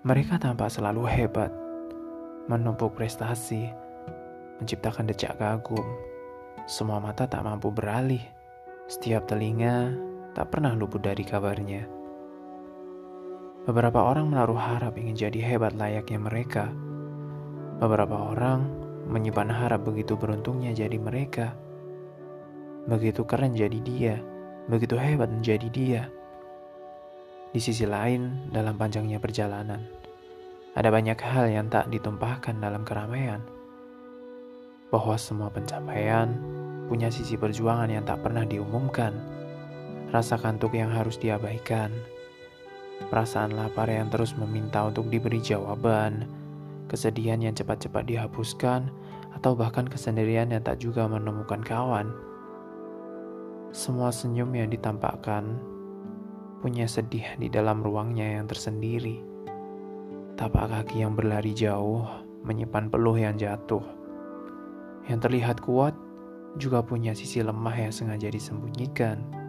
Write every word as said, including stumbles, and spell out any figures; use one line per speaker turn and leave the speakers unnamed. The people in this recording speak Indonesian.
Mereka tampak selalu hebat, menumpuk prestasi, menciptakan decak kagum. Semua mata tak mampu beralih, setiap telinga tak pernah luput dari kabarnya. Beberapa orang menaruh harap ingin jadi hebat layaknya mereka. Beberapa orang menyimpan harap begitu beruntungnya jadi mereka. Begitu keren jadi dia, begitu hebat menjadi dia. Di sisi lain, dalam panjangnya perjalanan, ada banyak hal yang tak ditumpahkan dalam keramaian. Bahwa semua pencapaian punya sisi perjuangan yang tak pernah diumumkan. Rasa kantuk yang harus diabaikan. Perasaan lapar yang terus meminta untuk diberi jawaban. Kesedihan yang cepat-cepat dihapuskan. Atau bahkan kesendirian yang tak juga menemukan kawan. Semua senyum yang ditampakkan punya sedih di dalam ruangnya yang tersendiri. Tapak kaki yang berlari jauh menyimpan peluh yang jatuh. Yang terlihat kuat juga punya sisi lemah yang sengaja disembunyikan.